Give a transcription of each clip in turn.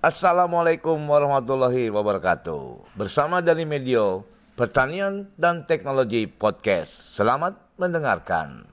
Assalamualaikum warahmatullahi wabarakatuh. Bersama dari Medio Pertanian dan Teknologi Podcast. Selamat mendengarkan.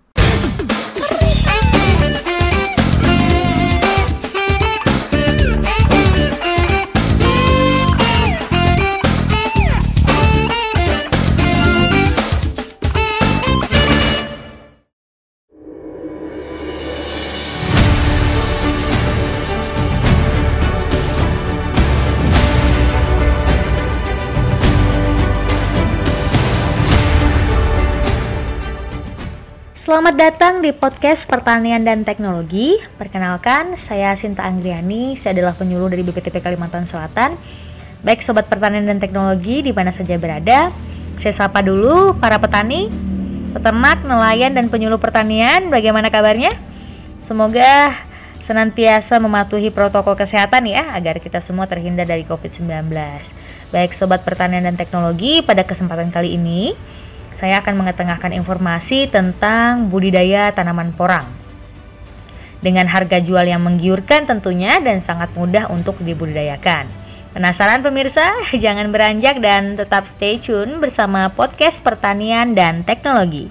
Selamat datang di podcast Pertanian dan Teknologi. Perkenalkan, saya Sinta Anggriani. Saya adalah penyuluh dari BPTP Kalimantan Selatan. Baik Sobat Pertanian dan Teknologi di mana saja berada, saya sapa dulu para petani, peternak, nelayan, dan penyuluh pertanian. Bagaimana kabarnya? Semoga senantiasa mematuhi protokol kesehatan ya, agar kita semua terhindar dari COVID-19. Baik Sobat Pertanian dan Teknologi, pada kesempatan kali ini saya akan mengetengahkan informasi tentang budidaya tanaman porang dengan harga jual yang menggiurkan tentunya dan sangat mudah untuk dibudidayakan. Penasaran pemirsa? Jangan beranjak dan tetap stay tune bersama podcast Pertanian dan Teknologi.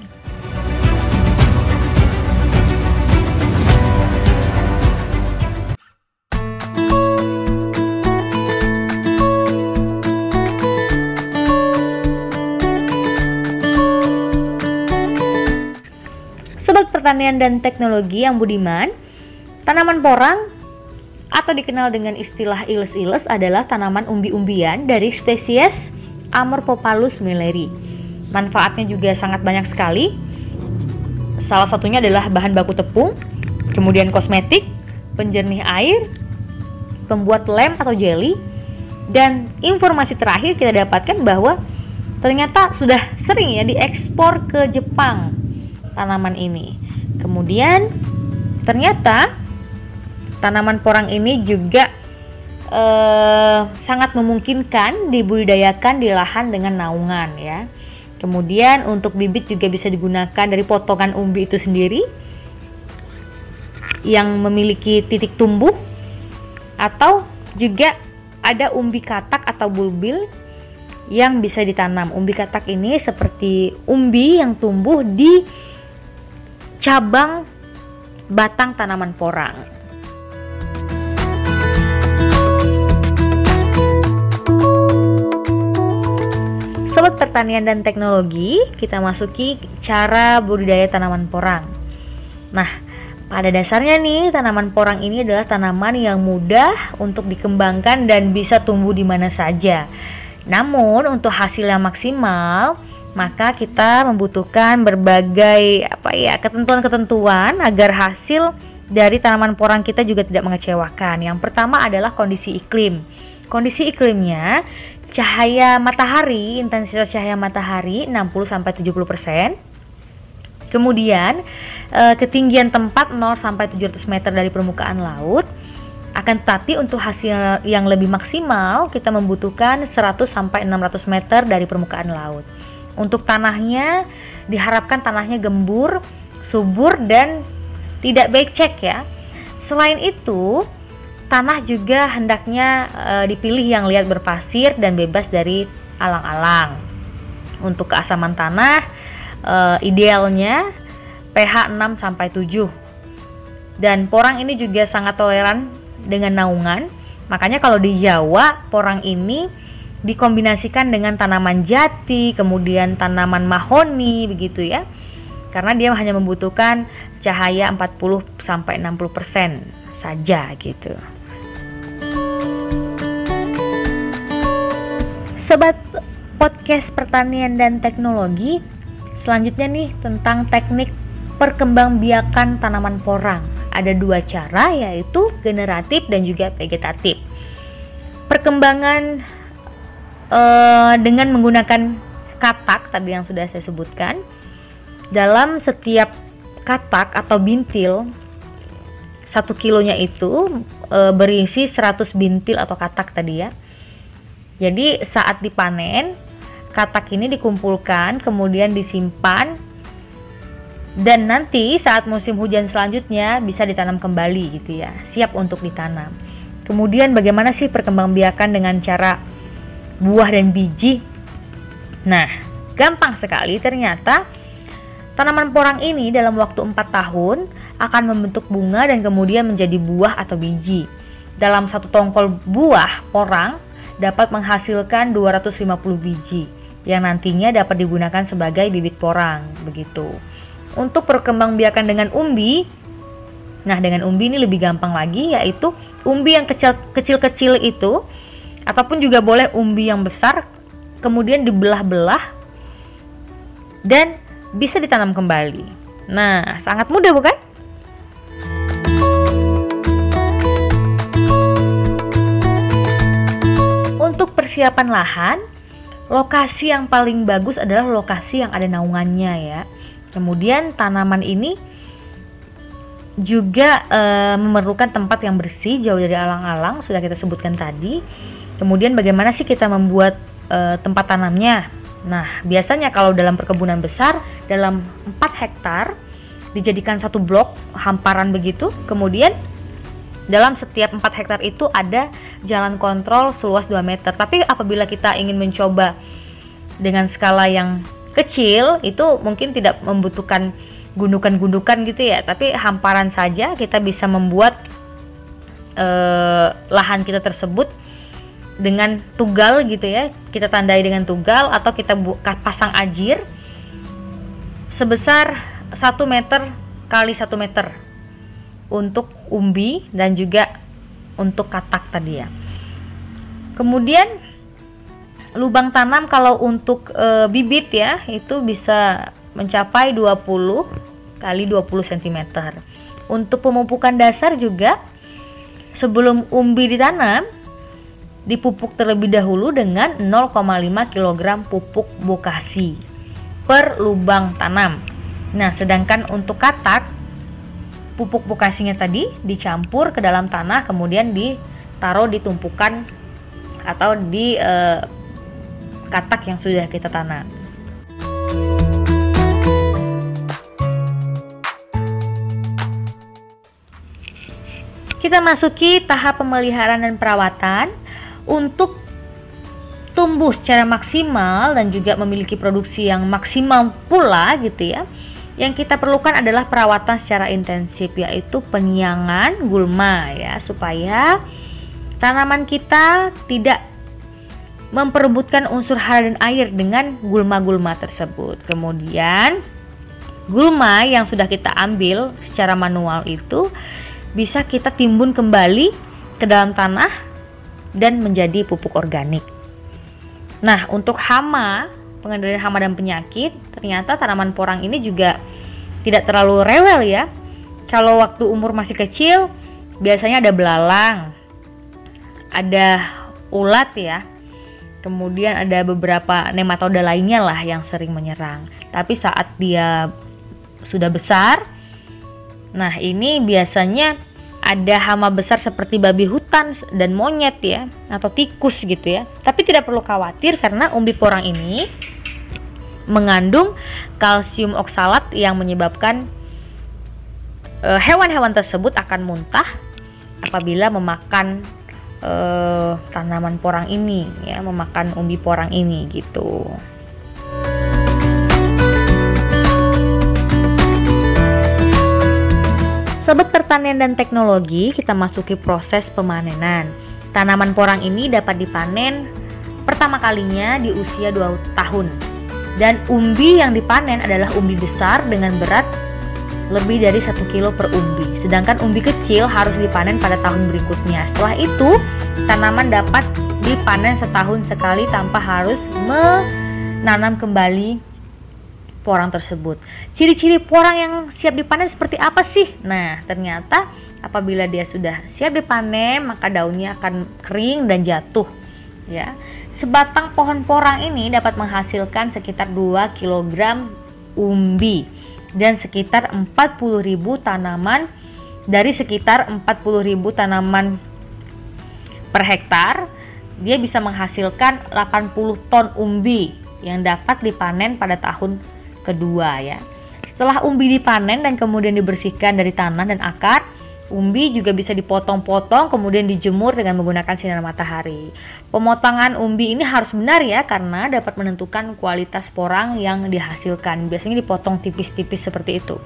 Sobat Pertanian dan Teknologi yang budiman, tanaman porang atau dikenal dengan istilah iles-iles adalah tanaman umbi-umbian dari spesies Amorphopalus milleri. Manfaatnya juga sangat banyak sekali. Salah satunya adalah bahan baku tepung, kemudian kosmetik, penjernih air, pembuat lem atau jelly, dan informasi terakhir kita dapatkan bahwa ternyata sudah sering ya diekspor ke Jepang tanaman ini. Kemudian ternyata tanaman porang ini juga sangat memungkinkan dibudidayakan di lahan dengan naungan ya. Kemudian untuk bibit juga bisa digunakan dari potongan umbi itu sendiri yang memiliki titik tumbuh, atau juga ada umbi katak atau bulbil yang bisa ditanam. Umbi katak ini seperti umbi yang tumbuh di cabang batang tanaman porang. Sobat Pertanian dan Teknologi, kita masuki cara budidaya tanaman porang. Nah, pada dasarnya nih, tanaman porang ini adalah tanaman yang mudah untuk dikembangkan dan bisa tumbuh di mana saja. Namun, untuk hasil yang maksimal, maka kita membutuhkan berbagai ketentuan-ketentuan agar hasil dari tanaman porang kita juga tidak mengecewakan. Yang pertama adalah kondisi iklim. Kondisi iklimnya, cahaya matahari, intensitas cahaya matahari 60-70%. Kemudian ketinggian tempat 0-700 meter dari permukaan laut. Akan tetapi untuk hasil yang lebih maksimal kita membutuhkan 100-600 meter dari permukaan laut. Untuk tanahnya, diharapkan tanahnya gembur, subur, dan tidak becek ya. Selain itu, tanah juga hendaknya dipilih yang liat berpasir dan bebas dari alang-alang. Untuk keasaman tanah, idealnya pH 6-7. Dan porang ini juga sangat toleran dengan naungan. Makanya kalau di Jawa, porang ini dikombinasikan dengan tanaman jati, kemudian tanaman mahoni begitu ya. Karena dia hanya membutuhkan cahaya 40-60% saja gitu. Sobat podcast Pertanian dan Teknologi, selanjutnya nih tentang teknik perkembangbiakan tanaman porang. Ada dua cara, yaitu generatif dan juga vegetatif. Perkembangan dengan menggunakan katak tadi yang sudah saya sebutkan. Dalam setiap katak atau bintil 1 kilonya itu berisi 100 bintil atau katak tadi ya. Jadi saat dipanen, katak ini dikumpulkan kemudian disimpan, dan nanti saat musim hujan selanjutnya bisa ditanam kembali gitu ya, siap untuk ditanam. Kemudian bagaimana sih perkembangbiakan dengan cara buah dan biji? Nah, gampang sekali. Ternyata tanaman porang ini dalam waktu 4 tahun akan membentuk bunga dan kemudian menjadi buah atau biji. Dalam satu tongkol buah porang dapat menghasilkan 250 biji yang nantinya dapat digunakan sebagai bibit porang, begitu. Untuk perkembangbiakan dengan umbi, nah dengan umbi ini lebih gampang lagi, yaitu umbi yang kecil-kecil itu, ataupun juga boleh umbi yang besar, kemudian dibelah-belah dan bisa ditanam kembali. Nah, sangat mudah bukan? Untuk persiapan lahan, lokasi yang paling bagus adalah lokasi yang ada naungannya ya. Kemudian tanaman ini juga memerlukan tempat yang bersih, jauh dari alang-alang, sudah kita sebutkan tadi. Kemudian bagaimana sih kita membuat tempat tanamnya? Nah, biasanya kalau dalam perkebunan besar, dalam 4 hektar dijadikan satu blok hamparan begitu. Kemudian dalam setiap 4 hektar itu ada jalan kontrol seluas 2 meter. Tapi apabila kita ingin mencoba dengan skala yang kecil, itu mungkin tidak membutuhkan gundukan-gundukan gitu ya. Tapi hamparan saja kita bisa membuat lahan kita tersebut dengan tugal gitu ya. Kita tandai dengan tugal atau kita pasang ajir sebesar 1 meter kali 1 meter untuk umbi dan juga untuk katak tadi ya. Kemudian lubang tanam kalau untuk bibit ya, itu bisa mencapai 20 kali 20 cm. Untuk pemupukan dasar juga, sebelum umbi ditanam, dipupuk terlebih dahulu dengan 0,5 kg pupuk bokasi per lubang tanam. Nah, sedangkan untuk katak, pupuk bokasinya tadi dicampur ke dalam tanah, kemudian ditaruh di tumpukan atau di katak yang sudah kita tanam. Kita masuki tahap pemeliharaan dan perawatan. Untuk tumbuh secara maksimal dan juga memiliki produksi yang maksimal pula gitu ya, yang kita perlukan adalah perawatan secara intensif, yaitu penyiangan gulma ya, supaya tanaman kita tidak memperebutkan unsur hara dan air dengan gulma-gulma tersebut. Kemudian gulma yang sudah kita ambil secara manual itu bisa kita timbun kembali ke dalam tanah dan menjadi pupuk organik. Nah, untuk hama, pengendalian hama dan penyakit, ternyata tanaman porang ini juga tidak terlalu rewel ya. Kalau waktu umur masih kecil, biasanya ada belalang, ada ulat ya, kemudian ada beberapa nematoda lainnya lah yang sering menyerang. Tapi saat dia sudah besar, nah ini biasanya ada hama besar seperti babi hutan dan monyet ya, atau tikus gitu ya. Tapi tidak perlu khawatir karena umbi porang ini mengandung kalsium oksalat yang menyebabkan hewan-hewan tersebut akan muntah apabila memakan tanaman porang ini ya, memakan umbi porang ini gitu. Sobat pertanian dan teknologi, kita masuki proses pemanenan. Tanaman porang ini dapat dipanen pertama kalinya di usia 2 tahun. Dan umbi yang dipanen adalah umbi besar dengan berat lebih dari 1 kilo per umbi. Sedangkan umbi kecil harus dipanen pada tahun berikutnya. Setelah itu, tanaman dapat dipanen setahun sekali tanpa harus menanam kembali porang tersebut. Ciri-ciri porang yang siap dipanen seperti apa sih? Nah, ternyata apabila dia sudah siap dipanen, maka daunnya akan kering dan jatuh ya. Sebatang pohon porang ini dapat menghasilkan sekitar 2 kg umbi dan sekitar 40.000 tanaman. Dari sekitar 40.000 tanaman per hektar, dia bisa menghasilkan 80 ton umbi yang dapat dipanen pada tahun kedua ya. Setelah umbi dipanen dan kemudian dibersihkan dari tanah dan akar, Umbi juga bisa dipotong-potong kemudian dijemur dengan menggunakan sinar matahari. Pemotongan umbi ini harus benar ya, karena dapat menentukan kualitas porang yang dihasilkan. Biasanya dipotong tipis-tipis seperti itu.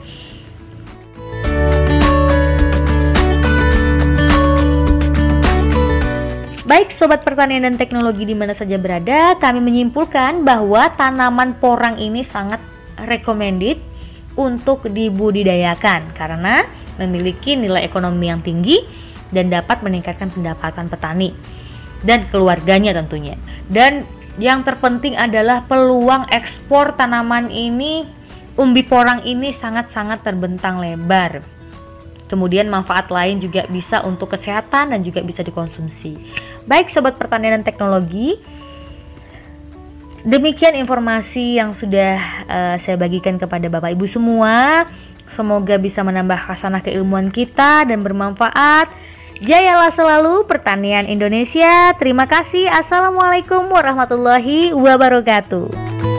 Baik Sobat Pertanian dan Teknologi di mana saja berada, kami menyimpulkan bahwa tanaman porang ini sangat recommended untuk dibudidayakan karena memiliki nilai ekonomi yang tinggi dan dapat meningkatkan pendapatan petani dan keluarganya tentunya. Dan yang terpenting adalah peluang ekspor tanaman ini, umbi porang ini sangat-sangat terbentang lebar. Kemudian manfaat lain juga bisa untuk kesehatan dan juga bisa dikonsumsi. Baik Sobat Pertanian dan Teknologi, demikian informasi yang sudah saya bagikan kepada Bapak Ibu semua. Semoga bisa menambah khasanah keilmuan kita dan bermanfaat. Jayalah selalu pertanian Indonesia. Terima kasih. Assalamualaikum warahmatullahi wabarakatuh.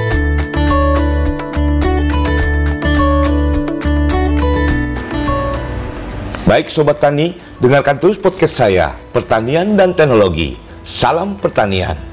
Baik Sobat Tani, dengarkan terus podcast saya, Pertanian dan Teknologi. Salam Pertanian.